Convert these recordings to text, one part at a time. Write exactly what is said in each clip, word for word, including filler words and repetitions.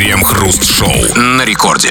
Крем-хруст-шоу на рекорде.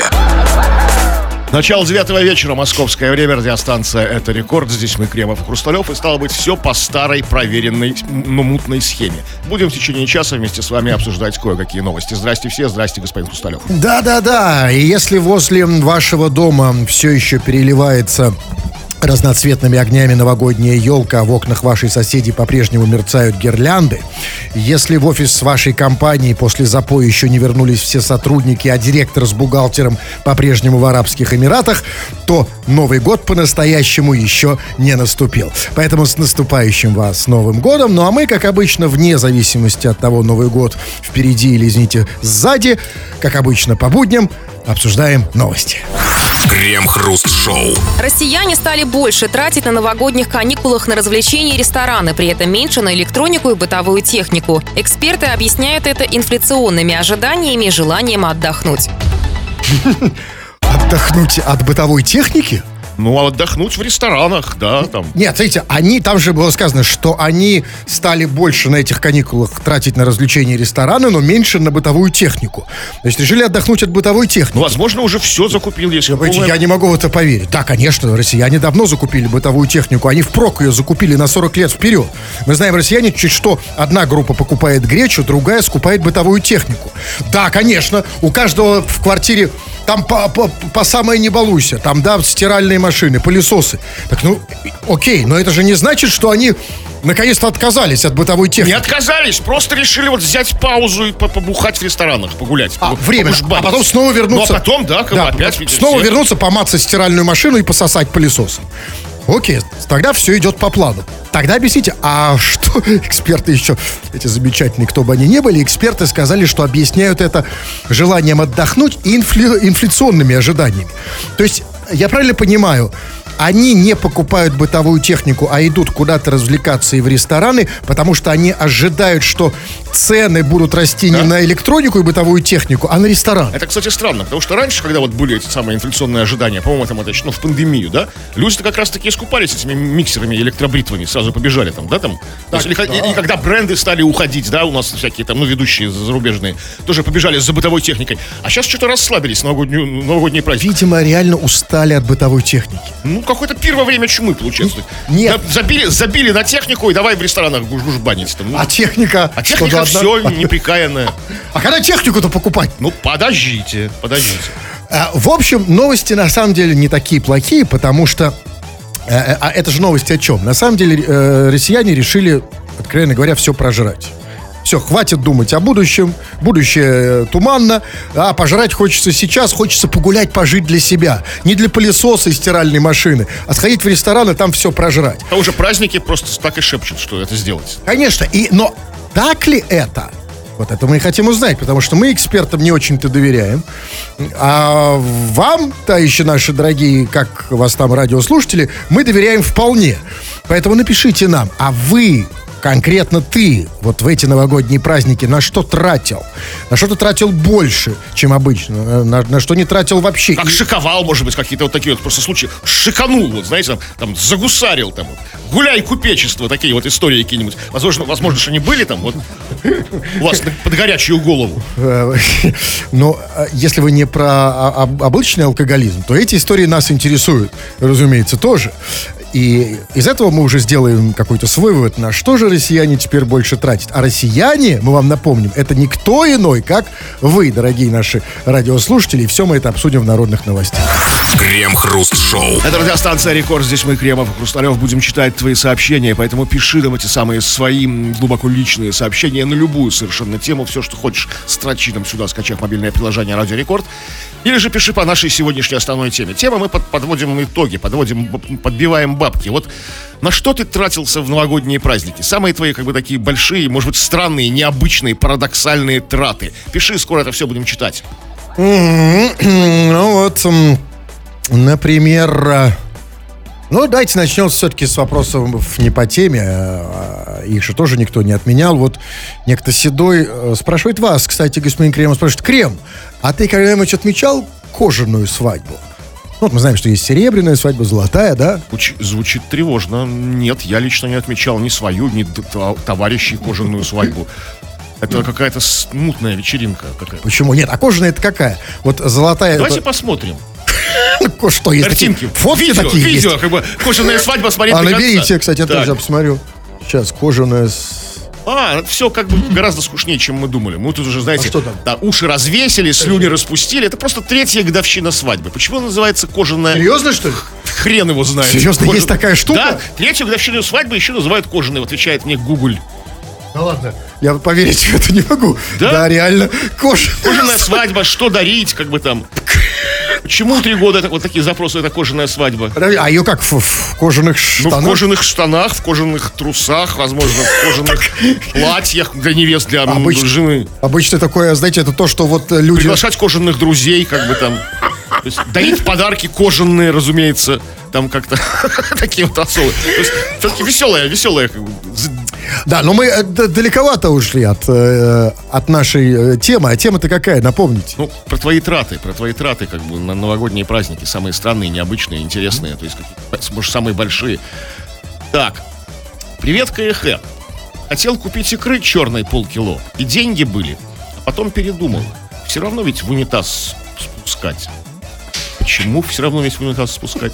Начало девятого вечера, московское время, радиостанция «Это рекорд». Здесь мы, Кремов и Хрусталев, и стало быть, все по старой, проверенной, но мутной схеме. Будем в течение часа вместе с вами обсуждать кое-какие новости. Здрасте все, здрасте, господин Хрусталев. Да-да-да, и если возле вашего дома все еще переливается разноцветными огнями новогодняя елка, а в окнах вашей соседей по-прежнему мерцают гирлянды, если в офис вашей компании после запоя еще не вернулись все сотрудники, а директор с бухгалтером по-прежнему в Арабских Эмиратах, то Новый год по-настоящему еще не наступил. Поэтому с наступающим вас Новым годом. Ну а мы, как обычно, вне зависимости от того, Новый год впереди или, извините, сзади, как обычно, по будням, обсуждаем новости. Крем-хруст-шоу. Россияне стали больше тратить на новогодних каникулах на развлечения и рестораны, при этом меньше на электронику и бытовую технику. Эксперты объясняют это инфляционными ожиданиями и желанием отдохнуть. Отдохнуть от бытовой техники? Ну, а отдохнуть в ресторанах, да, там. Нет, смотрите, они, там же было сказано, что они стали больше на этих каникулах тратить на развлечения и рестораны, но меньше на бытовую технику. То есть решили отдохнуть от бытовой техники. Ну, возможно, уже все закупил, если... Знаете, я не могу в это поверить. Да, конечно, россияне давно закупили бытовую технику. Они впрок ее закупили на сорок лет вперед. Мы знаем, россияне чуть что одна группа покупает гречу, другая скупает бытовую технику. Да, конечно, у каждого в квартире там по, по, по самое не балуйся. Там, да, стиральные машины, пылесосы. Так, ну, окей, но это же не значит, что они наконец-то отказались от бытовой техники. Не отказались, просто решили вот взять паузу и побухать в ресторанах, погулять. А, время, а потом снова вернуться. Ну, а потом, да, как да, опять. Видите, снова все. вернуться, помацать стиральную машину и пососать пылесосом. Окей, тогда все идет по плану. Тогда объясните, а что эксперты еще, эти замечательные, кто бы они ни были, эксперты сказали, что объясняют это желанием отдохнуть и инфли... инфляционными ожиданиями. То есть, я правильно понимаю, они не покупают бытовую технику, а идут куда-то развлекаться и в рестораны, потому что они ожидают, что цены будут расти да? не на электронику и бытовую технику, а на ресторан. Это, кстати, странно, потому что раньше, когда вот были эти самые инфляционные ожидания, по-моему, там это, ну, в пандемию, да, люди-то как раз-таки искупались этими миксерами, электробритвами, сразу побежали там, да, там. Так, есть, да. и, и когда бренды стали уходить, да, у нас всякие там, ну, ведущие зарубежные, тоже побежали за бытовой техникой. А сейчас что-то расслабились новогоднюю, новогодние праздники. Видимо, реально устали от бытовой техники. Ну, какое-то пир во время чумы получается. Нет. Да, забили, забили на технику и давай в ресторанах гужбанить. Ну, а техника? А техника все неприкаянная. А когда технику-то покупать? Ну, подождите, подождите. В общем, новости на самом деле не такие плохие, потому что... А это же новости о чем? На самом деле россияне решили, откровенно говоря, все прожрать. Все, хватит думать о будущем. Будущее туманно. А пожрать хочется сейчас. Хочется погулять, пожить для себя. Не для пылесоса и стиральной машины, а сходить в ресторан и там все прожрать. А уже праздники просто так и шепчут, что это сделать. Конечно. И, но так ли это? Вот это мы и хотим узнать, потому что мы экспертам не очень-то доверяем. А вам, товарищи наши дорогие, как вас там радиослушатели, мы доверяем вполне. Поэтому напишите нам, а вы... Конкретно ты вот в эти новогодние праздники на что тратил? На что ты тратил больше, чем обычно? На, на что не тратил вообще? Как шиковал, может быть, какие-то вот такие вот просто случаи. Шиканул, вот, знаете, там, там загусарил, там, вот, гуляй купечество, такие вот истории какие-нибудь. Возможно, возможно, что они были там, вот, у вас под горячую голову. Но если вы не про обычный алкоголизм, то эти истории нас интересуют, разумеется, тоже. И из этого мы уже сделаем какой-то свой вывод, на что же россияне теперь больше тратят. А россияне, мы вам напомним, это никто иной, как вы, дорогие наши радиослушатели. И все мы это обсудим в народных новостях. Крем-хруст-шоу. Это радиостанция «Рекорд». Здесь мы, Кремов и Хрусталев, будем читать твои сообщения. Поэтому пиши нам эти самые свои глубоко личные сообщения на любую совершенно тему. Все, что хочешь, строчи нам сюда, скачав мобильное приложение «Радио Рекорд». Или же пиши по нашей сегодняшней основной теме. Тема мы под, подводим итоги, подводим, подбиваем бабки. Вот на что ты тратился в новогодние праздники? Самые твои, как бы, такие большие, может быть, странные, необычные, парадоксальные траты. Пиши, скоро это все будем читать. Ну вот, например... Ну, давайте начнем все-таки с вопросов не по теме. Их же тоже никто не отменял. Вот некто Седой спрашивает вас, кстати, господин Кремов, спрашивает: Крем, а ты когда-нибудь отмечал кожаную свадьбу? Ну, вот мы знаем, что есть серебряная свадьба, золотая, да? Уч- звучит тревожно. Нет, я лично не отмечал ни свою, ни т- товарищей кожаную свадьбу. Это какая-то смутная вечеринка какая-то. Почему? Нет, а кожаная это какая? Вот золотая... Давайте это... посмотрим. Что, есть Картинки. такие? Фотки видео, такие видео, есть? как бы кожаная свадьба, смотреть А до наберите, конца. кстати, я Так. тоже посмотрю. Сейчас, кожаная... с- А, все как бы гораздо скучнее, чем мы думали. Мы тут уже, знаете, А что там? да, уши развесили, слюни распустили. Это просто третья годовщина свадьбы. Почему она называется кожаная? Серьезно, что ли? Хрен его знает. Серьезно, Кожа- есть такая штука? Да, третью годовщину свадьбы еще называют кожаной, отвечает мне Google. Да ладно, я поверить в это не могу. Да? Да, реально, кожа... Кожаная свадьба, что дарить, как бы там. Почему три года так, вот такие запросы, это кожаная свадьба? А ее как, в, в кожаных Ну, штанах? в кожаных штанах, в кожаных трусах, возможно, в кожаных платьях для невест, для м, Обычно- жены. Обычно такое, знаете, это то, что вот э, люди... Приглашать кожаных друзей, как бы там. То есть дарить подарки кожаные, разумеется. Там как-то такие вот особые. То есть все-таки веселая, веселая. как бы, з- Да, но мы э, д- далековато ушли от, э, от нашей э, темы. А тема-то какая, напомните? Ну, про твои траты, про твои траты, как бы, на новогодние праздники. Самые странные, необычные, интересные. То есть, какие-то, может, самые большие. Так. Привет, КХ. Хотел купить икры черной полкило. И деньги были. А потом передумал. Все равно ведь в унитаз спускать. Почему все равно ведь в унитаз спускать?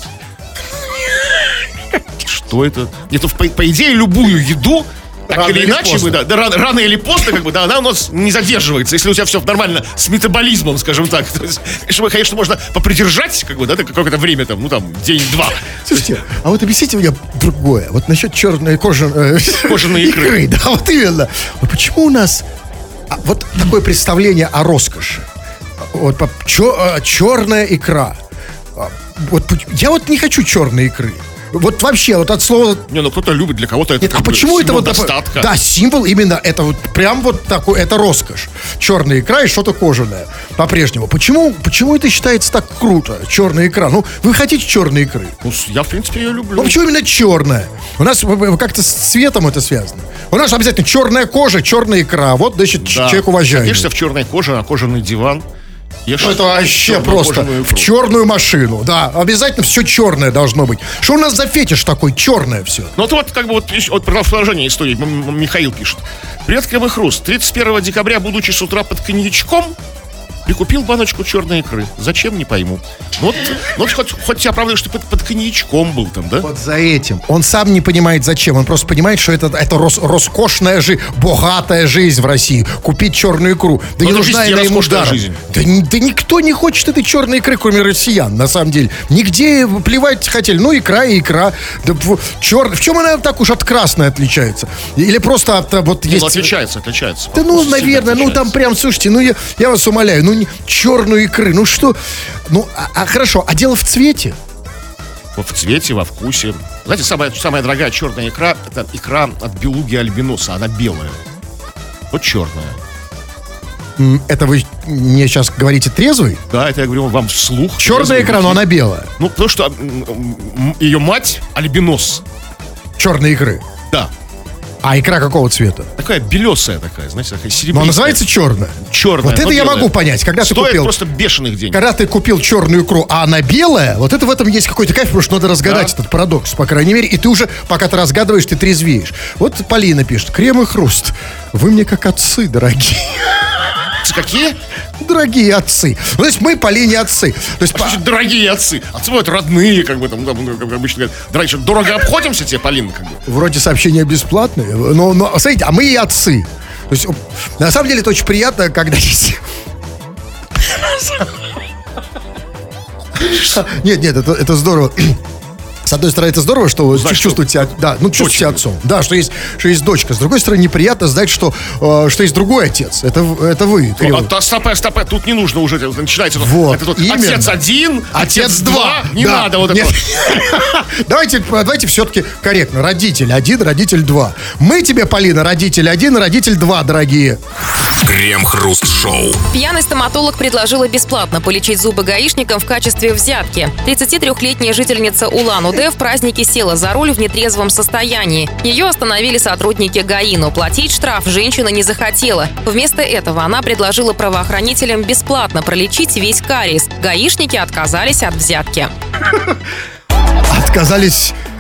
Что это? Нет, ну, по, по идее, любую еду, так Рано или или иначе, поздно. мы, да, да, рано, рано или поздно, как бы, да, она у нас не задерживается, если у тебя все нормально с метаболизмом, скажем так. То есть, конечно, конечно, можно попридержать, как бы, да, так какое-то время, там, ну, там, день-два. Слушайте, а вот объясните мне другое. Вот насчет черной кожи... э, Кожаной икры. Да, вот именно. Вот почему у нас а, вот такое представление о роскоши? Вот по- чё- э, черная икра. А, Вот пу- я вот не хочу черной икры. Вот вообще, вот от слова... Не, ну, кто-то любит, для кого-то это Нет, а как бы почему это символ вот такой- достатка. Да, символ именно это вот прям вот такой, это роскошь. Черная икра и что-то кожаное по-прежнему. Почему, почему это считается так круто? Черная икра. Ну, вы хотите черной икры? Ну, с- я, в принципе, ее люблю. Ну, почему именно черная? У нас в- в- как-то с цветом это связано. У нас обязательно черная кожа, черная икра. Вот, значит, ч- Да. человек уважаемый. Садишься в черной коже на кожаный диван. ешь Ну, это вообще черную просто кожаную в икру. черную машину. Да, обязательно все черное должно быть. Что у нас за фетиш такой? Черное все. Ну, вот, вот как бы вот, ещё- вот продолжение истории. М- М- Михаил пишет. Привет, Крем и Хруст. тридцать первого декабря, будучи с утра под коньячком, прикупил баночку черной икры. Зачем, не пойму. Ну, вот, ну, вот хоть, хоть тебя оправдываешь, что ты под, под коньячком был там, да? Вот за этим. Он сам не понимает, зачем. Он просто понимает, что это, это рос- роскошная жизнь, богатая жизнь в России. Купить черную икру. Да Ну, не это нужна везде она ему роскошная даром. жизнь. Да, ни- да никто не хочет этой черной икры, кроме россиян, на самом деле. Нигде плевать хотели. Ну, икра и икра. Да, в, чер... в чем она так уж от красной отличается? Или просто от, вот Не, есть... ну, отличается, отличается. Да ну, Вкус сильно наверное, ну там отличается. прям, слушайте, ну я, я вас умоляю, ну не, черную икры, ну что, ну, а, а хорошо, а дело в цвете? В цвете, во вкусе. Знаете, самая, самая дорогая черная икра, это икра от белуги альбиноса, она белая. Вот черная. М, Это вы мне сейчас говорите трезвый? Да, это я говорю вам вслух. Черная икра, но она белая. Ну, потому что м, м, ее мать альбинос. Черной икры. Да. А икра какого цвета? Такая белесая такая, знаете, такая серебристая. Но она называется черная. черная. Вот это но я белая. могу понять. Когда ты Стоит купил, просто бешеных денег. когда ты купил черную икру, а она белая, вот это в этом есть какой-то кайф, потому что надо разгадать Да. этот парадокс, по крайней мере. И ты уже, пока ты разгадываешь, ты трезвеешь. Вот Полина пишет: Крем и Хруст, вы мне как отцы, дорогие. Какие? Дорогие отцы. Ну, то есть мы Полине отцы. То есть, А что значит дорогие отцы? Отцы бывают родные, как бы там, там, ну, как обычно говорят. Дорогие, что, дорого обходимся тебе, Полина, как бы? вроде сообщения бесплатные, но, но, смотрите, а мы и отцы. То есть, на самом деле, это очень приятно, когда есть... Нет, нет, это, это здорово. С одной стороны, это здорово, что вы Значит, чувствуете себя, да, ну, чувствуете себя отцом. Да, что есть, что есть дочка. С другой стороны, неприятно знать, что, э, что есть другой отец. Это, в- это вы, Кирилл. А, а, стопэ, стопэ, тут не нужно уже, это начинается Вот, это тут именно. отец один, отец два, не Да, надо вот это нет. вот. Давайте, давайте все-таки корректно. Родитель один, родитель два. Мы тебе, Полина, родитель один, родитель два, дорогие. Крем-хруст-шоу. Пьяный стоматолог предложила бесплатно полечить зубы гаишникам в качестве взятки. тридцатитрёхлетняя жительница Улан-Удэ в празднике села за руль в нетрезвом состоянии. Ее остановили сотрудники ГАИ, но платить штраф женщина не захотела. Вместо этого она предложила правоохранителям бесплатно пролечить весь кариес. Гаишники отказались от взятки. Отказались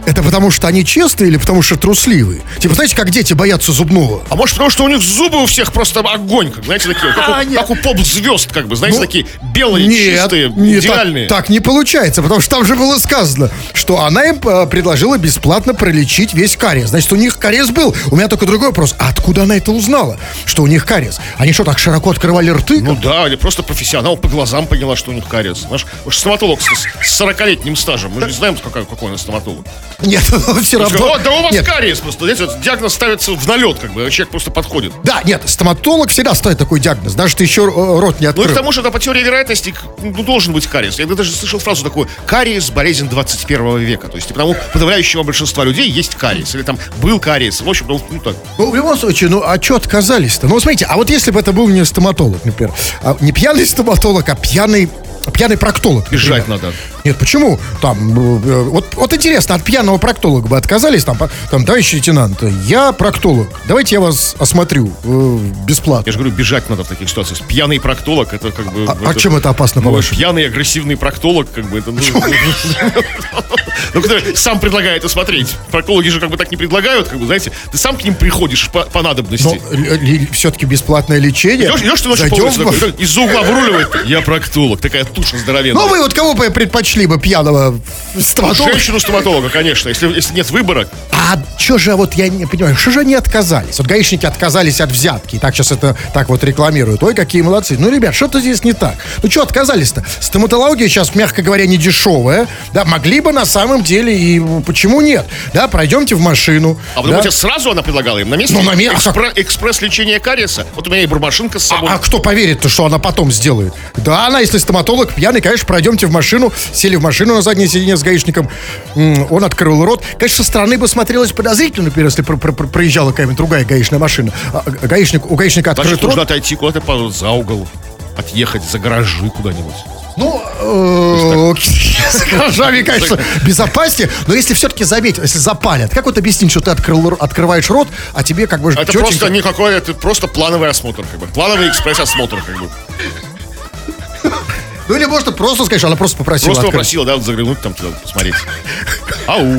Это потому, что они честные или потому, что трусливые? Типа, знаете, как дети боятся зубного? А может, потому что у них зубы у всех просто огонь, как, знаете, такие, как, А, у, нет. как у поп-звезд, как бы, знаете, Ну, такие белые, Нет, чистые, нет, идеальные. Так, так не получается, потому что там же было сказано, что она им э, предложила бесплатно пролечить весь кариес. Значит, у них кариес был. У меня только другой вопрос. А откуда она это узнала, что у них кариес? Они что, так широко открывали рты? Ну да, или просто профессионал по глазам поняла, что у них кариес. Знаешь, уж стоматолог с, с сорокалетним стажем. Мы же не знаем, какой, какой он стоматолог. Нет, все равно. О, да у вас Нет. кариес просто. Знаете, вот диагноз ставится в налет, как бы, а человек просто подходит. Да, нет, стоматолог всегда ставит такой диагноз, даже ты еще э, рот не Ну открыл. и к тому же, да, по теории вероятности, ну, должен быть кариес. Я даже слышал фразу такую: кариес – болезнь двадцать первого века. То есть, потому подавляющего большинства людей есть кариес. Или там был кариес. В общем, ну, ну так. Ну, в любом случае, ну, а что отказались-то? Ну, смотрите, а вот если бы это был не стоматолог, например, а не пьяный стоматолог, а пьяный, пьяный проктолог. например. Бежать надо. Нет, почему? Там, э, вот, вот интересно, от пьяного проктолога бы отказались, там, по- там, товарищ лейтенант, я проктолог, давайте я вас осмотрю э, бесплатно. Я же говорю, бежать надо в таких ситуациях. Пьяный проктолог, это как бы... А, а чем это опасно, Ну, по-вашему? пьяный агрессивный проктолог, как бы это... Ну, ну, который сам предлагает осмотреть. Проктологи же как бы так не предлагают, как бы, знаете, ты сам к ним приходишь по, по Но надобности. все-таки бесплатное лечение. Идешь, идешь ты ночью Зайдем полностью в- такой, из-за угла выруливает. Я проктолог, такая туша здоровенная. Ну, вы вот кого бы предпочли бы, пьяного стоматолога? Женщину-стоматолога, конечно, если, если нет выбора. А что же, вот я не понимаю, что же они отказались? Вот гаишники отказались от взятки, и так сейчас это так вот рекламируют. Ой, какие молодцы. Ну, ребят, что-то здесь не так. Ну, что отказались-то? Стоматология сейчас, мягко говоря, не дешевая. Да, могли бы на самом деле, и почему нет? Да, пройдемте в машину. А вы да. думаете, сразу она предлагала им на месте? Ну, на ме- а Экспре- экспресс-лечение кариеса. Вот у меня и бурмашинка с А, собой. а кто поверит-то, что она потом сделает? Да, она, если стоматолог пьяный, конечно, пройдемте в машину, сели в машину на заднее сиденье с гаишником, М, он открыл рот. Конечно, со стороны бы смотрелось подозрительно, например, если про- про- про- проезжала какая-нибудь другая гаишная машина. А, а, гаишник, у гаишника открыт Значит, рот. нужно отойти куда-то по- за угол, отъехать за гаражи куда-нибудь. Ну, э, с гаражами, конечно, безопаснее. Но если все-таки заметить, если запалят, как вот объяснить, что ты открыл, р- открываешь рот, а тебе как бы Это тетенька- просто никакой, это просто плановый осмотр, как бы. Плановый экспресс-осмотр, как бы. Ну или можно просто сказать, что она просто попросила Просто открыть. попросила, да, вот заглянуть там туда, посмотреть. Ау.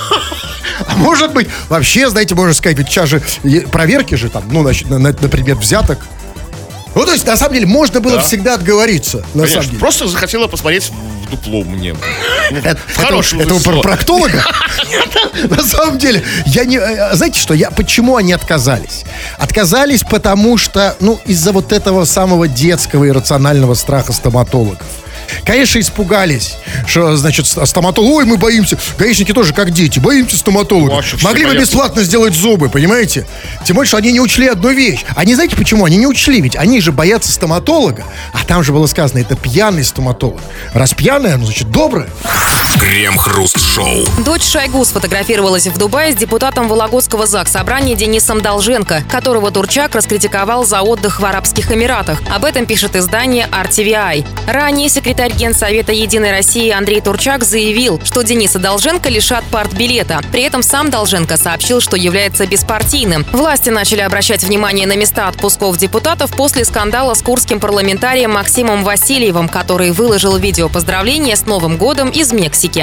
А может быть, вообще, знаете, можно сказать, ведь сейчас же е- проверки же там, ну, значит, на, на- на предмет взяток. Ну, то есть, на самом деле, можно было Да. всегда отговориться. На Конечно, самом деле. просто захотела посмотреть в дупло мне. Ну, Это, в хорошем это, это смысле про слова. проктолога? На самом деле, я не... э, Знаете что, я, почему они отказались? Отказались, потому что, ну, из-за вот этого самого детского иррационального страха стоматологов. Конечно, испугались, что, значит, стоматолог, ой, мы боимся. Гаишники тоже как дети, боимся стоматолога. Ну, а что, все Могли бы боятся? бесплатно сделать зубы, понимаете? Тем более, что они не учли одну вещь. Они, знаете почему? Они не учли, ведь они же боятся стоматолога. А там же было сказано, это пьяный стоматолог. Раз пьяная, ну, значит, добрая. Крем-хруст-шоу. Дочь Шойгу сфотографировалась в Дубае с депутатом Вологодского Заксобрания Денисом Долженко, которого Турчак раскритиковал за отдых в Арабских Эмиратах. Об этом пишет издание ар ти ви ай. Ранее секретарь Генсовета «Единой России» Андрей Турчак заявил, что Дениса Долженко лишат партбилета. При этом сам Долженко сообщил, что является беспартийным. Власти начали обращать внимание на места отпусков депутатов после скандала с курским парламентарием Максимом Васильевым, который выложил видео поздравления с Новым годом из Мексики.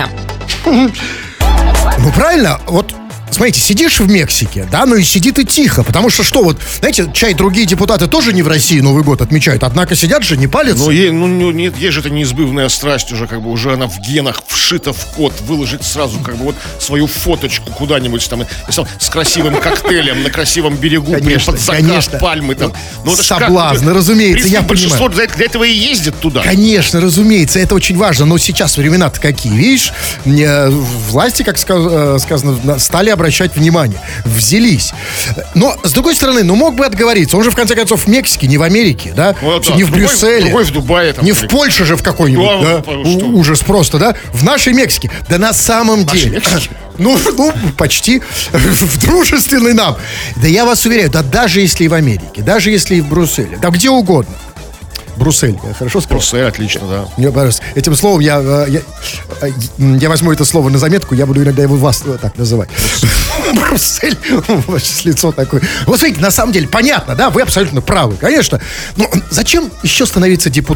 Ну, правильно, вот... Смотрите, сидишь в Мексике, да, ну и сиди ты тихо, потому что что вот, знаете, чай другие депутаты тоже не в России Новый год отмечают, однако сидят же, не палятся. Ну, ей, ну, ну, нет, есть же это неизбывная страсть уже, как бы уже она в генах вшита в код, выложить сразу, как бы вот свою фоточку куда-нибудь там, и сам с красивым коктейлем на красивом берегу, прям Конечно, под закат конечно. пальмы там. Ну, это ж как, Соблазн, разумеется, в принципе, я большинство понимаю. для, для этого и ездит туда. Конечно, разумеется, это очень важно, но сейчас времена-то какие, видишь, э, власти, как ска- э, сказано, на- стали обращать внимание, взялись. Но, с другой стороны, ну мог бы отговориться, он же в конце концов в Мексике, не в Америке, да, Ну, Что, да, не в другой- Брюсселе, другой в Дубае, там, не в или- Польше же в какой-нибудь, Ну, да? а что? У- ужас просто, да, в нашей Мексике, да на самом деле, Мексике? ну, ну, почти в дружественной нам, да я вас уверяю, да даже если и в Америке, даже если и в Брюсселе, да где угодно, Брюссель, я хорошо сказал? Брюссель, отлично, да. Мне понравилось. Этим словом я, э, я, э, я возьму это слово на заметку, я буду иногда его вас э, так называть. Брюссель. Ваше лицо такое. Вот смотрите, на самом деле, понятно, да, вы абсолютно правы, конечно. Но зачем еще становиться депутатом?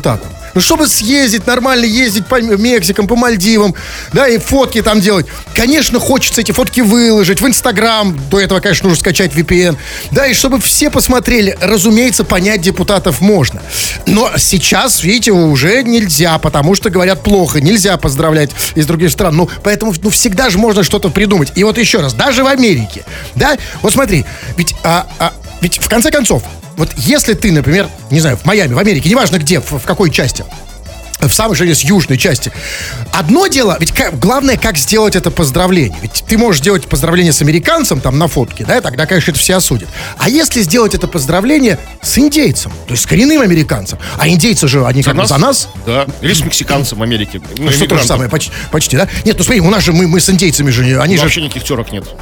Ну, чтобы съездить, нормально ездить по Мексикам, по Мальдивам, да, и фотки там делать. Конечно, хочется эти фотки выложить в Инстаграм. До этого, конечно, нужно скачать ви пи эн. Да, и чтобы все посмотрели. Разумеется, понять депутатов можно. Но сейчас, видите, уже нельзя, потому что говорят плохо. Нельзя поздравлять из других стран. Ну, поэтому, ну, всегда же можно что-то придумать. И вот еще раз, даже в Америке, да, вот смотри, ведь, а, а, ведь в конце концов, вот если ты, например, не знаю, в Майами, в Америке, неважно где, в, в какой части, в самой же с южной части. Одно дело, ведь как, главное, как сделать это поздравление. Ведь ты можешь сделать поздравление с американцем там на фотке, да, и тогда, конечно, это все осудят. А если сделать это поздравление с индейцем, то есть с коренным американцем, а индейцы же, они За как бы нас? за нас. Да. Или с мексиканцем в Америке. Ну, Ну, что то же иммигрантом. самое, почти, почти, да? Нет, ну смотри, у нас же, мы, мы с индейцами же, они же... Вообще никаких терок нет.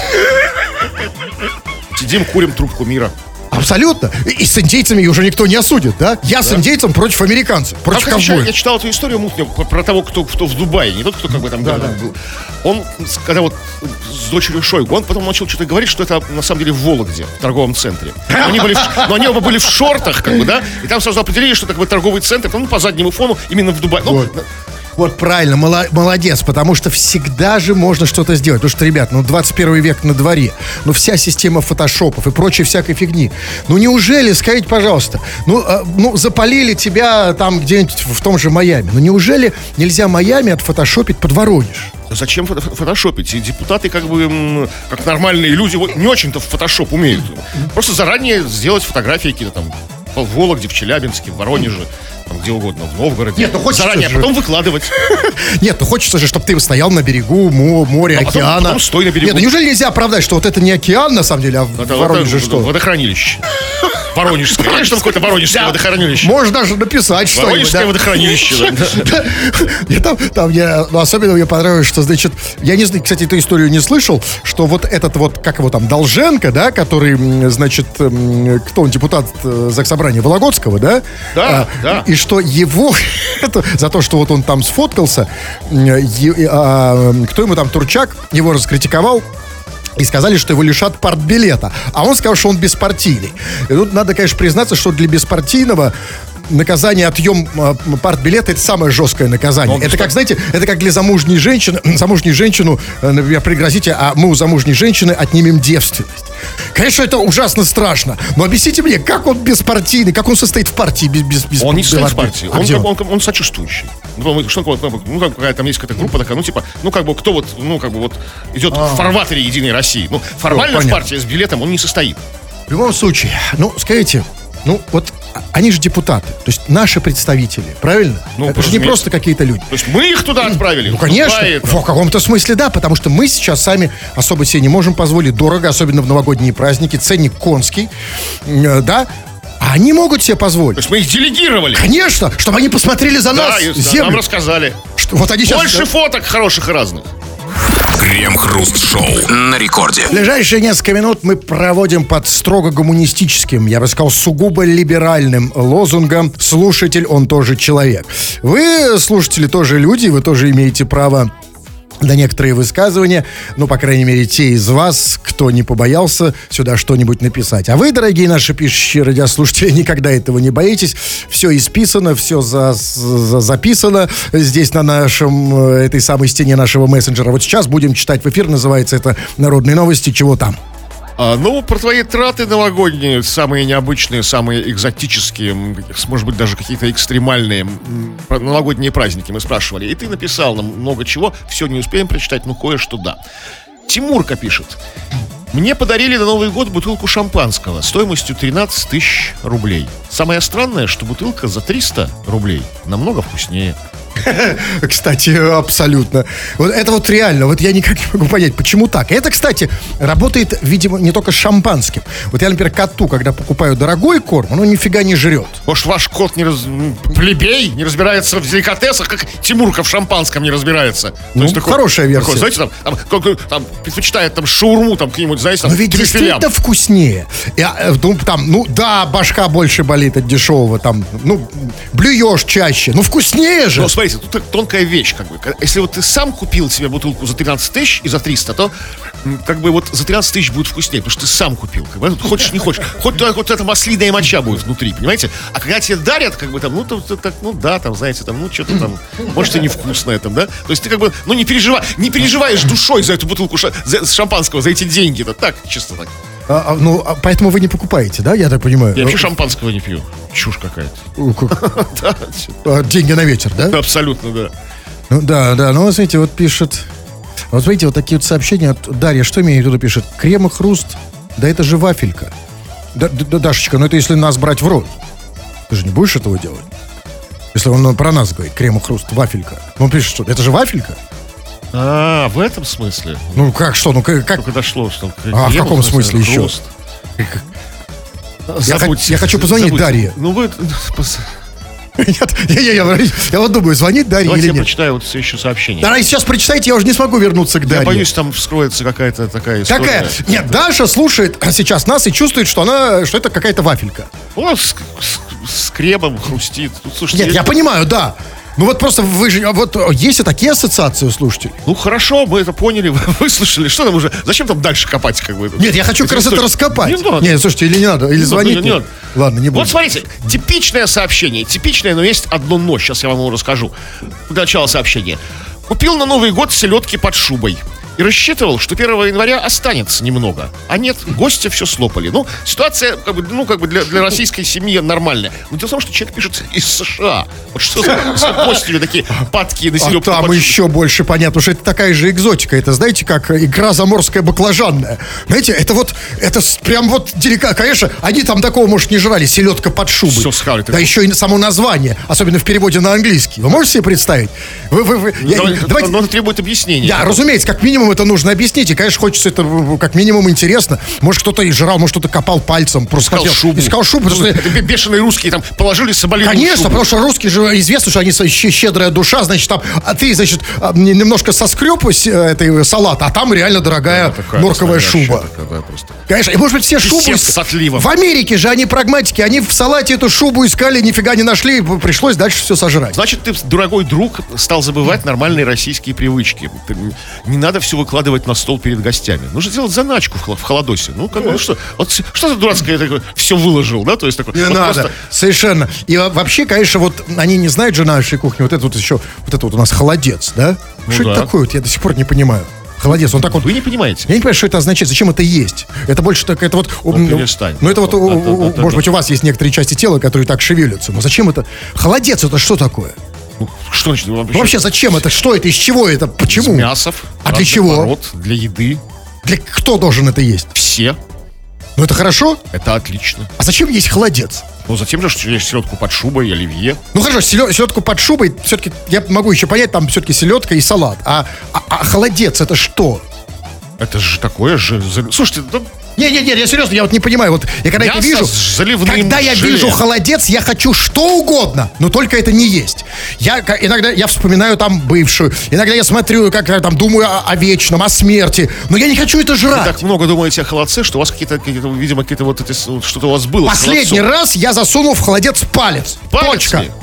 Сидим, курим трубку мира. Абсолютно. И, и с индейцами уже никто не осудит, да? Я с индейцем против американцев, против Там, кстати, ковбоев. я читал эту историю мутную про, про того, кто, кто в Дубае, не тот, кто как бы там Да, да, да. был. Он, с- когда вот с дочерью Шойгу, он потом начал что-то говорить, что это на самом деле в Вологде, в торговом центре. Но они, были в, но они оба были в шортах, как бы, да, и там сразу определили, что это как бы торговый центр, ну, по заднему фону именно в Дубае. Ну, Вот. Вот правильно, моло- молодец, потому что всегда же можно что-то сделать. Потому что, ребят, ну двадцать первый век на дворе, ну вся система фотошопов и прочей всякой фигни. Ну неужели, скажите, пожалуйста, ну, э, ну запалили тебя там где-нибудь в том же Майами, ну неужели нельзя Майами отфотошопить под Воронеж? зачем фото- фотошопить? И депутаты, как бы, м, как нормальные люди, вот не очень-то в фотошоп умеют. Просто заранее сделать фотографии какие-то там в Вологде, в Челябинске, в Воронеже, там, где угодно, в Новгороде. Нет, ну хочется заранее, а же- потом выкладывать. Нет, ну хочется же, чтобы ты стоял на берегу мо- моря, А потом- океана. потом стой на берегу. Нет, ну неужели нельзя оправдать, что вот это не океан на самом деле, а в Это, Воронеже это что? водохранилище. Воронежское. Конечно, там какое-то воронежское водохранилище. Можно даже написать что-нибудь. Воронежское да. водохранилище. да. Я там, там я, ну, особенно мне понравилось, что, значит, я не знаю, кстати, эту историю не слышал, что вот этот вот, как его там, Долженко, да, который, м, значит, м, кто он, депутат э, Заксобрания Вологодского, да? Да, А, да. И что его, это, за то, что вот он там сфоткался, м, е- а, кто ему там, Турчак, его раскритиковал, и сказали, что его лишат партбилета. А он сказал, что он беспартийный. И тут надо, конечно, признаться, что для беспартийного наказание отъем э, партбилета — это самое жесткое наказание. Он Это что? как, знаете, это как для замужней женщины, замужней женщину, э, например, пригрозите, а мы у замужней женщины отнимем девственность. Конечно, это ужасно страшно. Но объясните мне, как он беспартийный, как он состоит в партии без, без, без Он не состоит в без- партии. А Он, где как- он? он, он сочувствующий. Ну, что, такое, ну, как какая там есть какая-то группа такая, ну, типа, ну, как бы, кто вот, ну, как бы вот идет в фарватере Единой России. Ну, формально в понятно. партии с билетом он не состоит. В любом случае, ну, скажите, ну, вот а- они же депутаты, то есть наши представители, правильно? Ну, это же не разумеется. просто какие-то люди. То есть мы их туда отправили. Ну, конечно, Дубае, там. в каком-то смысле да, потому что мы сейчас сами особо себе не можем позволить дорого, особенно в новогодние праздники, ценник конский, э, да, а они могут себе То позволить. есть мы их делегировали. Конечно, чтобы они посмотрели за Да, нас, и- да, землю. нам рассказали. Что, вот они сейчас... Больше фоток хороших и разных. Крем-хруст-шоу на рекорде. В ближайшие несколько минут мы проводим под строго гуманистическим, я бы сказал, сугубо либеральным лозунгом «Слушатель, он тоже человек». Вы, слушатели, тоже люди, вы тоже имеете право на некоторые высказывания, ну, по крайней мере, те из вас, кто не побоялся сюда что-нибудь написать. А вы, дорогие наши пишущие радиослушатели, никогда этого не боитесь. Все исписано, все за, за- записано здесь на нашем, э, этой самой стене нашего мессенджера. Вот сейчас будем читать в эфир, называется это «Народные новости. Чего там?». А, ну, про твои траты новогодние, самые необычные, самые экзотические, м, может быть, даже какие-то экстремальные м, про новогодние праздники мы спрашивали. И ты написал нам много чего, все не успеем прочитать, но кое-что да. Тимурка пишет. Мне подарили на Новый год бутылку шампанского стоимостью тринадцать тысяч рублей. Самое странное, что бутылка за триста рублей намного вкуснее. Кстати, абсолютно. Вот это вот реально, вот я никак не могу понять, почему так. Это, кстати, работает, видимо, не только с шампанским. Вот я, например, коту, когда покупаю дорогой корм, он нифига не жрет. Может, ваш кот не раз... м, плебей, не разбирается в деликатесах, как Тимурка в шампанском не разбирается. То Ну, хорошая версия. такой, знаете, там, там, как- там предпочитает там шаурму, там, какие-нибудь, знаете, там, Но ведь трюфелям. действительно вкуснее. Я, э, ну, там, ну да, башка больше болит от дешевого, там, ну, блюешь чаще, ну вкуснее же. Но смотри, смотрите, тут так тонкая вещь, как бы. Если вот ты сам купил себе бутылку за тринадцать тысяч и за триста, то м, как бы вот за тринадцать тысяч будет вкуснее, потому что ты сам купил. Как бы, ну, хочешь, не хочешь. Хоть только вот эта маслиная моча будет внутри, понимаете? А когда тебе дарят, как бы там, ну, то, то, так, ну да, там, знаете, там, ну, что-то там, может, и невкусное там, да? То есть ты как бы, ну, не переживай, не переживаешь душой за эту бутылку ша- за, шампанского, за эти деньги. Это так, чисто так. А, а, ну, а поэтому вы не покупаете, да, я так понимаю? Я вообще шампанского не пью. Чушь какая-то. О, как- Да, а, Деньги на ветер, да? абсолютно, да. Ну да, да, ну вот смотрите, вот пишет. Вот смотрите, вот такие вот сообщения от Дарья, что имеет в виду, пишет? Крем и хруст, да это же вафелька. Да, да, Дашечка, ну это если нас брать в рот. Ты же не будешь этого делать? Если он ну, про нас говорит, крем и хруст, вафелька. Он пишет, что это же вафелька? А, в этом смысле? Ну как, что, ну как? как- Только дошло, что... А в каком смысле еще? Хруст. Я, Забудьте, хот- я хочу позвонить забудьте. Дарье. Ну вы... Нет, я, я, я, я вот думаю, звонить Дарье Давайте или я нет. прочитаю вот все еще сообщение. Да, сейчас прочитайте, я уже не смогу вернуться к Дарье. Я боюсь, там вскроется какая-то такая история. Какая? Нет, Даша слушает сейчас нас и чувствует, что она, что это какая-то вафелька. О, с, с- с кремом хрустит. Тут, слушайте, Нет, я понимаю, да. Ну вот просто вы же, вот есть и такие ассоциации у слушателей. Ну хорошо, мы это поняли, выслушали. Что там уже? Зачем там дальше копать, как бы? Нет, я хочу как раз это раскопать. Не надо. Нет, слушайте, или не надо, или Не звонить. надо, не нет. надо. Ладно, не буду. Вот смотрите, типичное сообщение. Типичное, но есть одно но. Сейчас я вам его расскажу. Начало сообщения. Купил на Новый год селедки под шубой. И рассчитывал, что первого января останется немного. А нет, гости все слопали. Ну, ситуация, как бы, ну, как бы для, для российской семьи нормальная. Но дело в том, что человек пишет из США. Вот что за, за гости такие падкие на А селедку там под шубой? еще больше понятно, потому что это такая же экзотика. Это, знаете, как икра заморская баклажанная. Знаете, это вот, это с- прям вот деликатно. Конечно, они там такого, может, не жрали, селедка под шубой. Всё схавали. Да еще и само название, особенно в переводе на английский. Вы можете себе представить? Вы, вы, вы- я- Но, давайте- но это требует объяснения. Да, разумеется, как минимум это нужно объяснить. И, конечно, хочется это э, как минимум интересно. Может, кто-то и жрал, может, кто-то копал пальцем. Просто Искал хотел- шубу. Искал шубу. потому что- Это бе- бешеные русские там положили соболиную Конечно, шубу. потому что русские же известно, что они со- щ- щедрая душа, значит, там, а ты, значит, а, н- немножко соскреб с- э, этой салата, а там реально дорогая Такая норковая настоящая шуба. такая, да, просто. Конечно, и может быть все шубы... всем иск- с отливом. В Америке же они прагматики, они в салате эту шубу искали, нифига не нашли, и пришлось дальше все сожрать. Значит, ты, дорогой друг, стал забывать нормальные российские привычки. Ты- не надо все выкладывать на стол перед гостями. Нужно делать заначку в, хла- в холодосе. Ну, как бы, ну что, вот с- что за дурацкое такое, все выложил, да? То есть такое. Не вот надо, просто- совершенно. И во- вообще, конечно, вот они не знают же нашей кухни, вот это вот еще, вот это вот у нас холодец, да? Ну что это да. такое? Вот я до сих пор не понимаю. Холодец, он так вот... Вы не понимаете? Я не понимаю, что это означает, зачем это есть. Это больше так, это вот... Ну, перестань. Ну, это вот, Да, у- да, у- да, да, может да. быть, у вас есть некоторые части тела, которые так шевелятся. Но зачем это? Холодец, это что такое? Ну, что значит? Ну, Ну, вообще, зачем это? Что это? Из чего это? Из Почему? мясов. А для разных чего? пород, для еды. Для кто должен это есть? Все. Ну, это хорошо? Это отлично. А зачем есть холодец? Ну, затем же, что есть селедку под шубой, оливье. Ну, хорошо, селё- селедку под шубой, все-таки, я могу еще понять, там все-таки селедка и салат. А, а- а холодец это что? Это же такое же... за- Слушайте, да, Не-не-не, я серьезно, я вот не понимаю. Вот я когда это Мясо вижу, с заливным когда я желе. вижу холодец, я хочу что угодно, но только это не есть. Я ка- иногда я вспоминаю там бывшую, иногда я смотрю, как я там думаю о, о вечном, о смерти, но я не хочу это вы жрать. так много думаете о холодце, что у вас какие-то, какие-то, видимо, какие-то вот эти... с- вот что-то у вас было. с Последний холодцом. раз я засунул в холодец палец. Палец Точка. ли?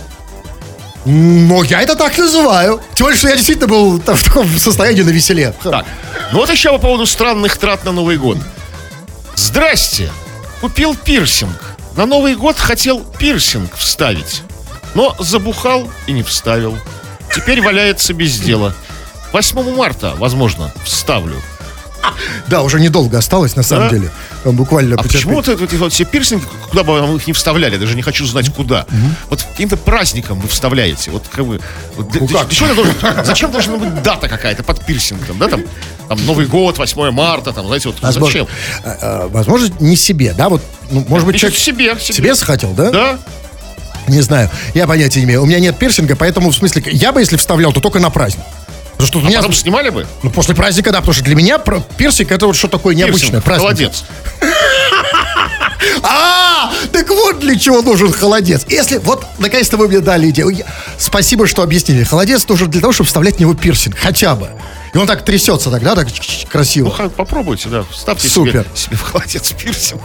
Но я это так называю. Тем более, что я действительно был там в таком состоянии на веселе. Так, ну вот еще по поводу странных трат на Новый год. Здрасте, купил пирсинг. На Новый год хотел пирсинг вставить, но забухал и не вставил. Теперь валяется без дела. восьмого марта, возможно, вставлю. Да, уже недолго осталось, на самом Да? деле. Там буквально... А потерпеть. почему вот, эти вот все пирсинги, куда бы вам их не вставляли, даже не хочу знать куда. Вот каким-то праздником вы вставляете. Вот как бы. Вот для- Ну для- как? для чего это должен- зачем должна быть дата какая-то под пирсингом, да, там, там Новый год, восьмое марта, там, знаете, вот Возможно, зачем? а, а, возможно, не себе, да? Вот, ну, может быть, Пишут человек себе, себе. себе захотел, да? Да. Не знаю, я понятия не имею. У меня нет пирсинга, поэтому, в смысле, я бы, если вставлял, то только на праздник. Потому что у меня, Потом снимали бы? ну, после праздника, да, потому что для меня про- пирсинг это вот что такое необычное, Пирсинг, праздник. холодец. А, Так вот для чего нужен холодец. Если, вот, наконец-то вы мне дали идею. Я- Спасибо, что объяснили. Холодец нужен для того, чтобы вставлять в него пирсинг. Хотя бы. И он так трясется тогда, так Ну, красиво. ха- попробуйте, да. Вставьте Супер. себе, себе в холодец пирсинг.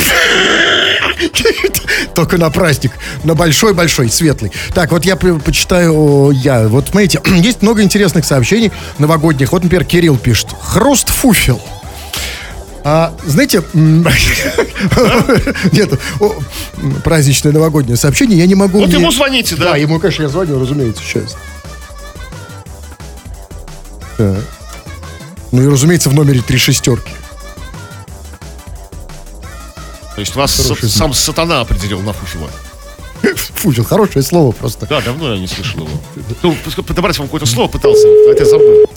Только на праздник. На большой-большой, светлый. Так, вот я при- почитаю, о, я. Вот смотрите, есть много интересных сообщений новогодних. Вот, например, Кирилл пишет. Хруст фуфел. А, знаете, м, нет, о, м, праздничное новогоднее сообщение, я не могу... Вот не- ему звоните, да. Да, ему, конечно, я звоню, разумеется, сейчас. Так. Ну и, разумеется, в номере три шестерки. То есть вас Хороший са- сам сатана определил на фуфело. Фуфел, хорошее слово просто. Да, давно я не слышал его. Ну, подобрать вам какое-то слово пытался, а это я забыл.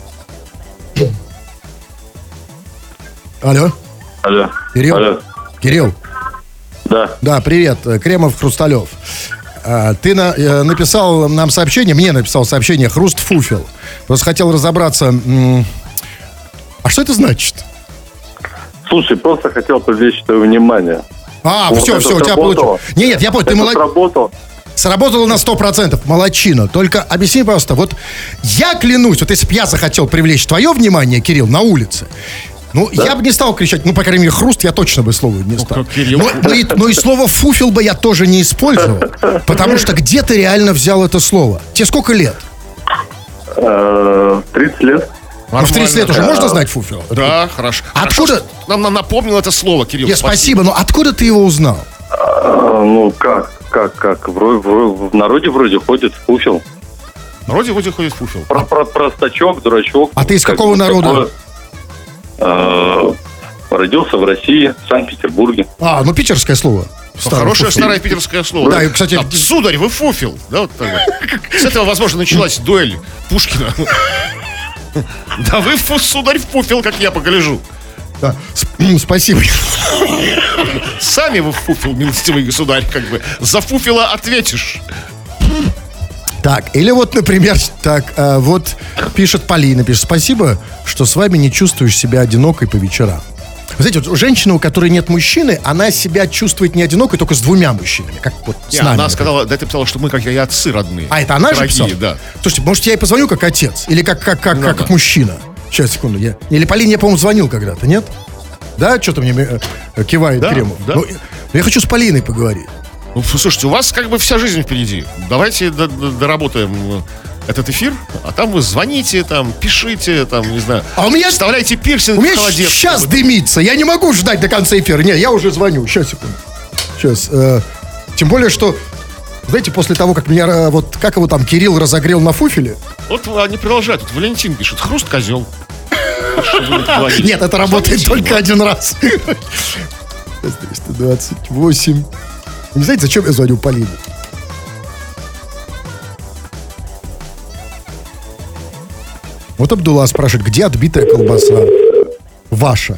Алло, Алло. Кирилл? Алло. Кирилл. Да. Да, привет, э, Кремов, Хрусталев. А, Ты на- э, написал нам сообщение, мне написал сообщение «Хруст фуфел». Просто хотел разобраться, м, а что это значит? Слушай, просто хотел привлечь твое внимание. А, Вот все, это все, у тебя сработало. получилось. Нет, нет, я понял, ты Это молодец. сработало. Сработало на сто процентов, молодчина. Только объясни, пожалуйста, вот я клянусь, вот если бы я захотел привлечь твое внимание, Кирилл, на улице, ну, я бы не стал кричать, ну, по крайней мере, хруст я точно бы слово не стал. как Кирилл. Но, но и, но и слово фуфел бы я тоже не использовал, потому что где ты реально взял это слово? Тебе сколько лет? Э, тридцать лет. Ну, в тридцать лет уже можно знать фуфел? Да, хорошо. Откуда- Хорошо, что Нам, нам напомнил это слово, Кирилл. Нет, спасибо, но откуда ты его узнал? А, ну, как, как, как? Вроде, в народе вроде ходит фуфел. Вроде вроде ходит фуфел. Про, про, простачок, дурачок. А ты из Как какого бы народа? такое. Э, родился в России, в Санкт-Петербурге. А, ну, питерское слово. Старое Хорошее фуфел. старое питерское слово. Да, и, кстати, А, сударь, вы фуфел. Да, вот так вот. С этого, возможно, началась дуэль Пушкина. Да вы, фу, сударь, фуфел, как я погляжу. да, сп- спасибо. Сами вы фуфел, милостивый государь, как бы. За фуфела ответишь. Так, или вот, например, так, э, вот пишет Полина, пишет, спасибо, что с вами не чувствуешь себя одинокой по вечерам. Вы знаете, вот у женщины, у которой нет мужчины, она себя чувствует не одинокой, только с двумя мужчинами, как вот с Не, нами. она например. сказала, да, ты писала, что мы как и отцы родные. А, это она же Дорогие, писала? да. Слушайте, может, я ей позвоню как отец? Или как, как, как, Ну как, да. как мужчина? Сейчас, секунду. Я... Или Полине я, по-моему, звонил когда-то, нет? Да, что-то мне э, э, кивает Да, Кремов. да. Ну, я- я хочу с Полиной поговорить. Ну, слушайте, у вас как бы вся жизнь впереди. Давайте до- до- доработаем э, этот эфир, а там вы звоните, там, пишите, там, не знаю. А у меня- Вставляйте пирсинг У меня в холодец. сейчас как бы. дымится. Я не могу ждать до конца эфира. Нет, я уже звоню. Сейчас, секунду. Сейчас. э, тем более, что, знаете, после того, как меня, э, вот, как его там, Кирилл разогрел на фуфеле. Вот они продолжают. Тут Валентин пишет, хруст козел. Что будет говорить? Нет, это работает Звоните только ему. один раз. триста двадцать восемь. Вы не знаете, зачем я звоню Полине? Вот Абдулла спрашивает, где отбитая колбаса? Ваша.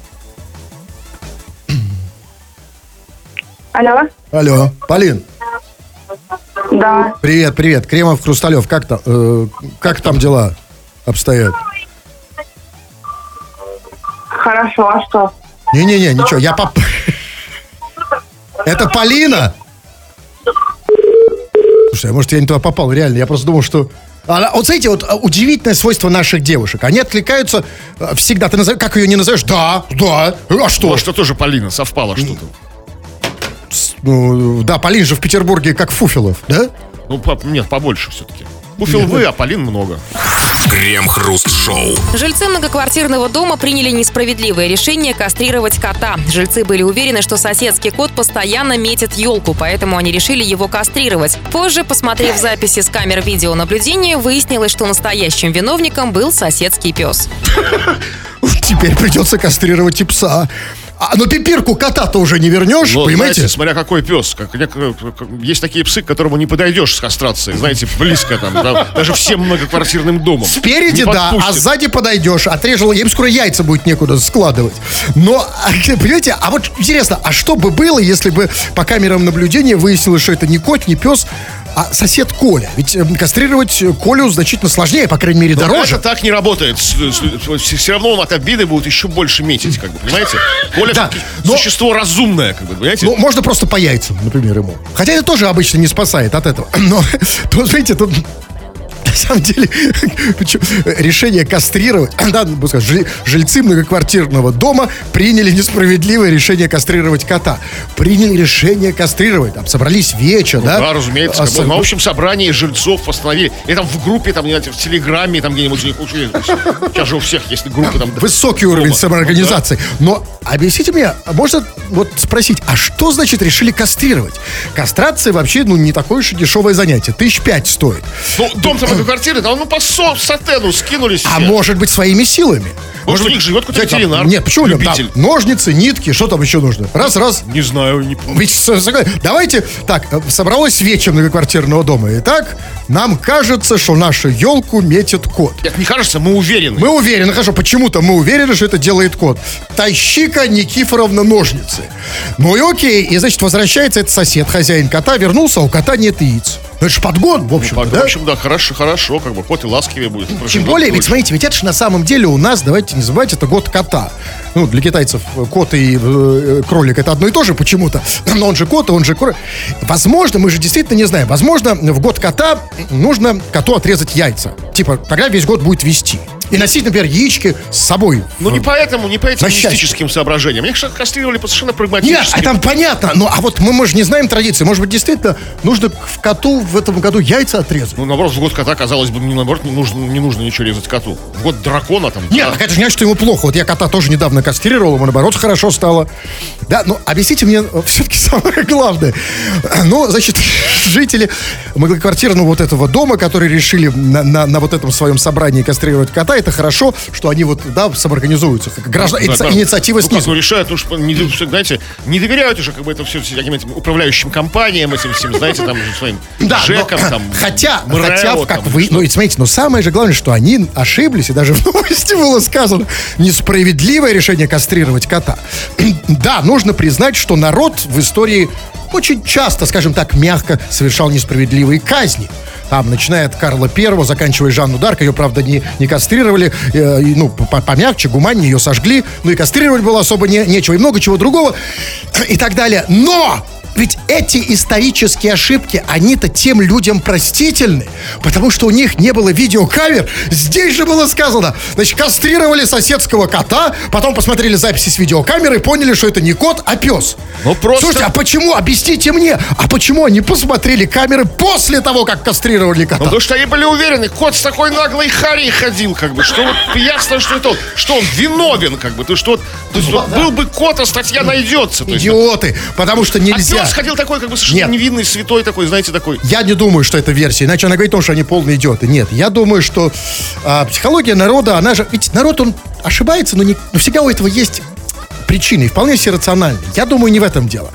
Алло, Алло, Полин, да, привет, привет. Кремов, Хрусталев, как там, э, как там дела обстоят? хорошо, а что? Не-не-не, ничего, я поп... Это Полина? Слушай, а может, я не туда попал, реально, я просто думал, что... Она- вот смотрите, вот а, удивительное свойство наших девушек. Они откликаются а, всегда. Ты назовешь, как ее не назовешь? Да, да. А что? Ну, что тоже Полина, совпало что-то. Ну, да, Полин же в Петербурге как Фуфелов, да? Ну, по- нет, побольше все-таки. Пуфел вы, а Полин много. Крем-хруст-шоу. Жильцы многоквартирного дома приняли несправедливое решение кастрировать кота. Жильцы были уверены, что соседский кот постоянно метит елку, поэтому они решили его кастрировать. Позже, посмотрев записи с камер видеонаблюдения, выяснилось, что настоящим виновником был соседский пес. Теперь придется кастрировать и пса. А, но пипирку кота-то уже не вернешь, Но, понимаете? знаете, смотря какой пес. Как, нек- как- есть такие псы, к которому не подойдешь с кастрацией. Знаете, близко там. да, даже всем многоквартирным домом. Спереди, Не да, а подпустит. сзади подойдешь, отрежал, им скоро яйца будет некуда складывать. Но, а, понимаете, а вот интересно, а что бы было, если бы по камерам наблюдения выяснилось, что это не кот, не пес, А сосед Коля, ведь э, кастрировать Колю значительно сложнее, по крайней мере, Но дороже. это так не работает. С- с- Все равно он от обиды будет еще больше метить, как бы, понимаете? Коля Да, все-таки но- существо разумное, как бы, понимаете? Ну, можно просто по яйцам, например, ему. Хотя это тоже обычно не спасает от этого. Но, тут, знаете, тут... На самом деле, причем, решение кастрировать, да, буду сказать, жи- жильцы многоквартирного дома приняли несправедливое решение кастрировать кота. Приняли решение кастрировать. Там собрались вечер, да? Да, разумеется. А, как бы, со- на общем собрании жильцов постановили. И там в группе, там, знаете, в Телеграме, там где-нибудь у них уже- сейчас же у всех есть группы там. Высокий уровень дома. самоорганизации. Но объясните мне, можно вот спросить, а что значит решили кастрировать? Кастрация вообще, ну, не такое уж и дешевое занятие. Тысяч пять стоит. Ну, дом там квартиры, там, ну, по со- сатену скинулись. А все. может быть, своими силами? Может, у них живет какой-то Там- ветеринар, Нет, почему? Там любитель. ножницы, нитки, что там еще нужно? Раз, раз. Не знаю, не помню. Ведь, с- с- давайте, так, э, собралось вечер многоквартирного дома. Итак, нам кажется, что нашу елку метит кот. Нет, не кажется, мы уверены. Мы уверены, хорошо, почему-то мы уверены, что это делает кот. Тащи-ка, Никифоровна, ножницы. Ну и окей, и, значит, возвращается этот сосед, хозяин кота, вернулся, а у кота нет яиц. Ну, это же подгон, в общем, Ну, да? В общем, да, хорошо, хорошо, как бы кот и ласковее будет. Тем более, ведь, смотрите, ведь это же на самом деле у нас, давайте не забывать, это год кота. Ну, для китайцев э, кот и э, кролик это одно и то же почему-то. Но он же кот, и он же кролик. Возможно, мы же действительно не знаем. Возможно, в год кота нужно коту отрезать яйца. Типа, тогда весь год будет вести. И носить, например, яички с собой. Ну, не поэтому, не по этим На счастье. мистическим соображениям. Их же кастрировали по совершенно Нет, прагматическим. а там понятно. Ну, а вот мы, мы же не знаем традиции. Может быть, действительно нужно в коту в этом году яйца отрезать. Ну, наоборот, в год кота, казалось бы, не, наоборот, не нужно, не нужно ничего резать коту. В год дракона там... Нет, да. так это же не значит, что ему плохо. Вот я кота тоже недавно кастрировал, ему наоборот хорошо стало. Да, но объясните мне все-таки самое главное. Ну, значит, жители многоквартирного вот этого дома, которые решили на, на, на вот этом своем собрании кастрировать кота, это хорошо, что они вот, да, самоорганизуются. Как граждан... Да, инициатива да. инициатива Ну, как, снизу. ну, решают, ну, что, не, что, знаете, не доверяют уже, как бы, это все каким-то управляющим компаниям, этим всем, знаете, там, своим Да, ЖЭКам, но, там, хотя, МРЭО, хотя, там, как или вы, что. ну, и смотрите, но самое же главное, что они ошиблись, и даже в новости было сказано, несправедливое решение кастрировать кота. Да, нужно признать, что народ в истории очень часто, скажем так, мягко совершал несправедливые казни. Там, начиная от Карла Первого, заканчивая Жанну Дарк, ее, правда, не, не кастрировали, э, и, ну, по- помягче, гуманнее ее сожгли, ну и кастрировать было особо не, нечего, и много чего другого, и так далее. Но! Ведь эти исторические ошибки, они-то тем людям простительны, потому что у них не было видеокамер. Здесь же было сказано, значит, кастрировали соседского кота, потом посмотрели записи с видеокамеры и поняли, что это не кот, а пес. Ну, просто- Слушайте, а почему, объясните мне, а почему они посмотрели камеры после того, как кастрировали кота? Ну, потому что они были уверены, кот с такой наглой харей ходил, как бы, что вот ясно, что это он, что он виновен, как бы, то что вот, то есть, вот был бы кот, а статья найдется. То есть, Идиоты, потому что а нельзя. пес ходил такой, как бы, совершенно Нет. невинный, святой такой, знаете, такой. Я не думаю, что это версия, иначе она говорит о том, что они полные идиоты. Нет, я думаю, что а, психология народа, она же... Ведь народ, он ошибается, но, не, но всегда у этого есть причины, и вполне все рациональные. Я думаю, не в этом дело.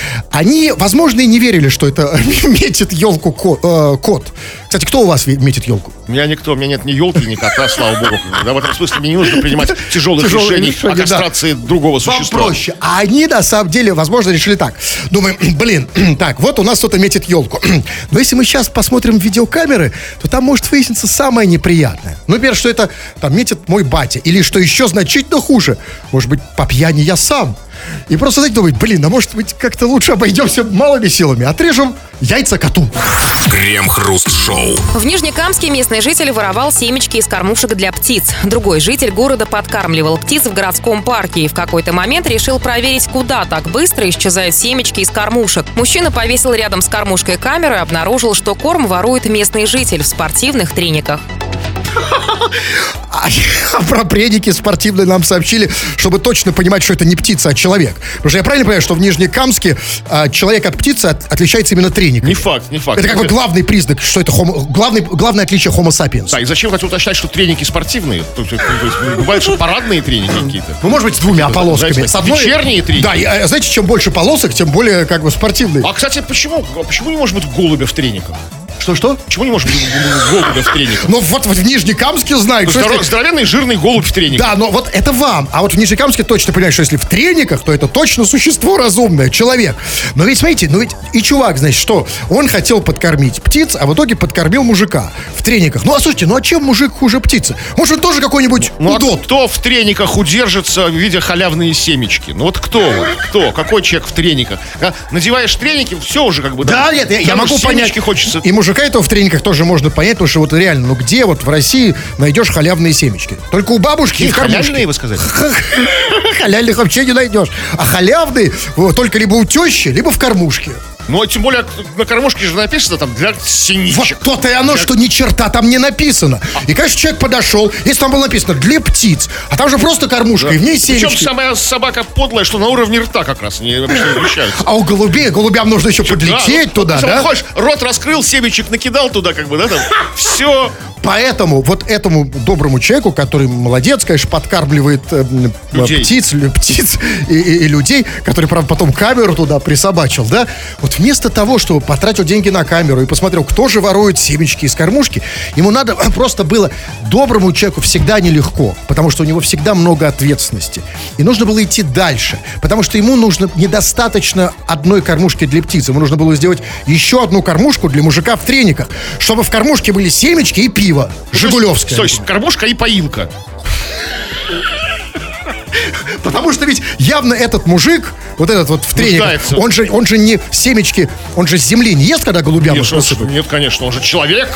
Они, возможно, и не верили, что это метит елку ко- э, кот. Кстати, кто у вас ве- метит елку? У меня никто, у меня нет ни елки, ни кота, слава богу. Да, в этом смысле мне не нужно принимать тяжелых Тяжелые решений решения, о да. кастрации другого Вам существа. проще. А они, на самом деле, возможно, решили так. Думаем, блин, так, вот у нас кто-то метит елку. Но если мы сейчас посмотрим видеокамеры, то там может выясниться самое неприятное. Ну, например, что это там метит мой батя. Или, что еще значительно хуже, может быть, по пьяни я сам. И просто, знаете, думать, блин, а может быть, как-то лучше обойдемся малыми силами. Отрежем яйца коту. Крем-хруст-шоу. В Нижнекамске местный житель воровал семечки из кормушек для птиц. Другой житель города подкармливал птиц в городском парке и в какой-то момент решил проверить, куда так быстро исчезают семечки из кормушек. Мужчина повесил рядом с кормушкой камеру и обнаружил, что корм ворует местный житель в спортивных трениках. А, а про пряники спортивные нам сообщили, чтобы точно понимать, что это не птица, а человек. Потому что я правильно понимаю, что в Нижнекамске а, человек от птицы от- отличается именно треником. Не факт, не факт. Это как бы главный признак, что это homo, главный, главное отличие homo sapiens. Да, и зачем хочу уточнять, что треники спортивные? То есть, то есть, бывают, что парадные треники какие-то. Ну, может быть, с двумя полосками. знаете, С одной... вечерние треники. Да, и, а, знаете, чем больше полосок, тем более как бы спортивные. А, кстати, почему? А почему не может быть голубя в трениках? Что-что? Почему не может быть голубя в трениках? Ну вот, вот в Нижнекамске знают, что Здоров- если- Здоровенный жирный голубь в трениках. Да, но вот это вам. А вот в Нижнекамске точно понимаешь, что если в трениках, то это точно существо разумное, человек. Но ведь, смотрите, ну ведь и чувак, значит, что? Он хотел подкормить птиц, а в итоге подкормил мужика в трениках. Ну, а слушайте, ну а чем мужик хуже птицы? Может, он тоже какой-нибудь Ну, а удот? кто в трениках удержится, видя халявные семечки? Ну, вот кто? Вот, кто? Какой человек в трениках? А, надеваешь треники, все уже как бы... Да, нет, я, я там могу уж понять. семечки хочется. И мужика этого в трениках тоже можно понять, потому что вот реально, ну где вот в России найдешь халявные семечки? Только у бабушки и И в кормушке. халявные, вы сказали? Халяльных вообще не найдешь. А халявные вот, только либо у тещи, либо в кормушке. Ну, а тем более на кормушке же написано там для Вот синичек. то-то и оно, что ни черта там не написано. И, конечно, человек подошел, если там было написано «для птиц», а там же просто кормушка, и в ней Причем семечки. самая собака подлая, что на уровне рта как раз не, вообще не вмещаются. А у голубей, голубям нужно еще подлететь Да, ну, туда, ну, да? Хочешь, рот раскрыл, семечек накидал туда, как бы, да, там. Все. Поэтому вот этому доброму человеку, который молодец, конечно, подкармливает э, м, Людей. птиц, лю- птиц и, и- и людей, который, правда, потом камеру туда присобачил, да, вот вместо того, чтобы потратил деньги на камеру и посмотрел, кто же ворует семечки из кормушки, ему надо просто было доброму человеку всегда нелегко, потому что у него всегда много ответственности. И нужно было идти дальше, потому что ему нужно недостаточно одной кормушки для птиц, ему нужно было сделать еще одну кормушку для мужика в трениках, чтобы в кормушке были семечки и пиво. Жигулевская. То есть кормушка и поилка. Потому что ведь явно этот мужик, вот этот вот в трениках, Нуждается. он же, он же не семечки, он же с земли не ест, когда голубям их Нет, он- насыпают. нет, конечно, он же человек.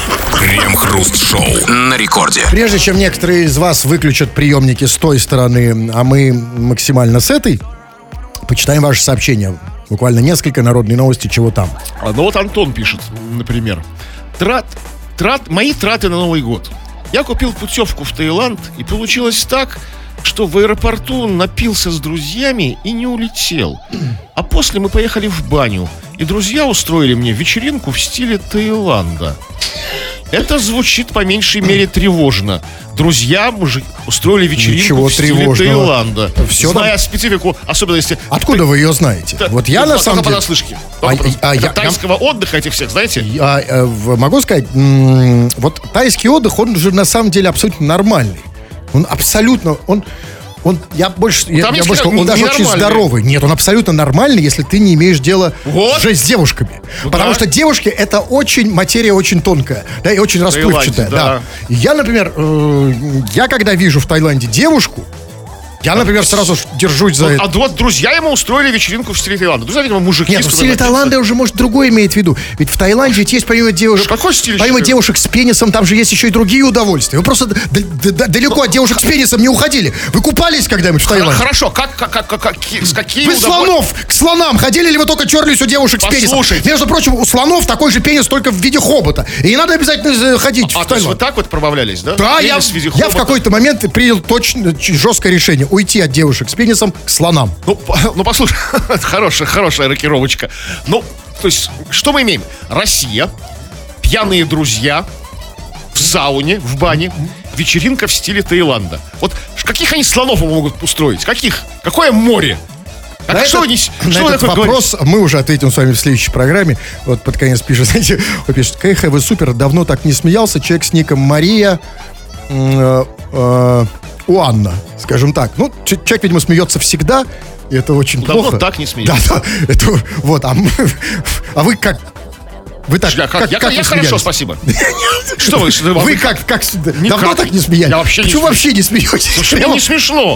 Крем-хруст-шоу на рекорде. Прежде чем некоторые из вас выключат приемники с той стороны, а мы максимально с этой, почитаем ваши сообщения. Буквально несколько народные новости, чего там. А, ну вот Антон пишет, например. Трат, трат, мои траты на Новый год. Я купил путевку в Таиланд, и получилось так, что в аэропорту напился с друзьями и не улетел. А после мы поехали в баню, и друзья устроили мне вечеринку в стиле Таиланда. Это звучит по меньшей мере тревожно. Друзья мужи устроили вечеринку Ничего в стиле тревожного. Таиланда. Всё Зная там- специфику, особенно если... Откуда вы ее знаете? Да, Вот я только- на самом только деле... понаслышке. А- Только просто. а Это я- тайского отдыха этих всех, знаете? Я э, в- могу сказать, м, вот тайский отдых, он же на самом деле абсолютно нормальный. Он абсолютно, он, он, я больше, я, Там я есть больше сказал, он не- даже очень ненормальный. здоровый. Нет, он абсолютно нормальный, если ты не имеешь дела Вот. уже с девушками. Ну Потому да. что девушки это очень, материя очень тонкая, да, и очень расплывчатая. Таиланде, да. Да. Я, например, э, я когда вижу в Таиланде девушку, я, например, сразу ж держусь за это. А вот друзья ему устроили вечеринку в стиле Таиланда. Друзья, видимо, мужики. Нет, ну, в с стиле которыми Таиланда уже, может, другое имеет в виду. Ведь в Таиланде ведь есть помимо девушек... Какой стиль Помимо еще? девушек с пенисом, там же есть еще и другие удовольствия. Вы просто д- д- д- далеко от девушек с пенисом не уходили. Вы купались когда-нибудь в Хор- Таиланде? Хорошо, как, как, как, как, как- с какими Вы удовольствиями- слонов к слонам ходили или вы только терлись у девушек с пенисом? Послушайте. Между прочим, у слонов такой же пенис, только в виде хобота. И не надо обязательно э, ходить А, в то есть вы Таиланд. так вот пробавлялись, да? Да, я, Пенис в виде я в хобота. какой-то момент принял точно ч- жесткое решение. Уйти от девушек с пенисом к слонам. Ну, по- ну послушай, хорошая, хорошая рокировочка. Ну, то есть, что мы имеем? Россия, пьяные друзья, в сауне, в бане, вечеринка в стиле Таиланда. Вот ш- каких они слонов могут устроить? Каких? Какое море? А На что этот, вы не с- на что вы этот такое вопрос мы уже ответим с вами в следующей программе. Вот под конец пишет, знаете, он пишет, КХ, вы супер, давно так не смеялся. Человек с ником Мария э, э, Уанна, скажем так. Ну, ч- человек, видимо, смеется всегда, и это очень Давно плохо. так не смеялся. Да, да, это вот, а, мы- а вы как? Вы так, Я, как, я, как я вы хорошо, смеялись? спасибо. Что вы? Что Вы как, как, давно Никак. так не смеялись? Я вообще не Почему смеюсь. вообще не смеетесь? Слушай, мне не смешно.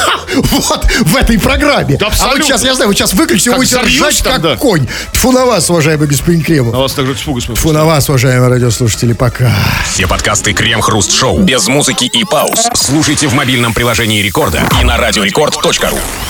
Вот в этой программе. Да а вы абсолютно. сейчас, я знаю, вы сейчас выключите, вы Как будете взорвётся ржать, там, как да. конь. Тьфу на вас, уважаемый господин Кремов. На вас также тьфу, господин. Тьфу на вас, уважаемые радиослушатели, пока. Все подкасты Крем-хруст-шоу без музыки и пауз слушайте в мобильном приложении Рекорда и на радиорекорд точка ру.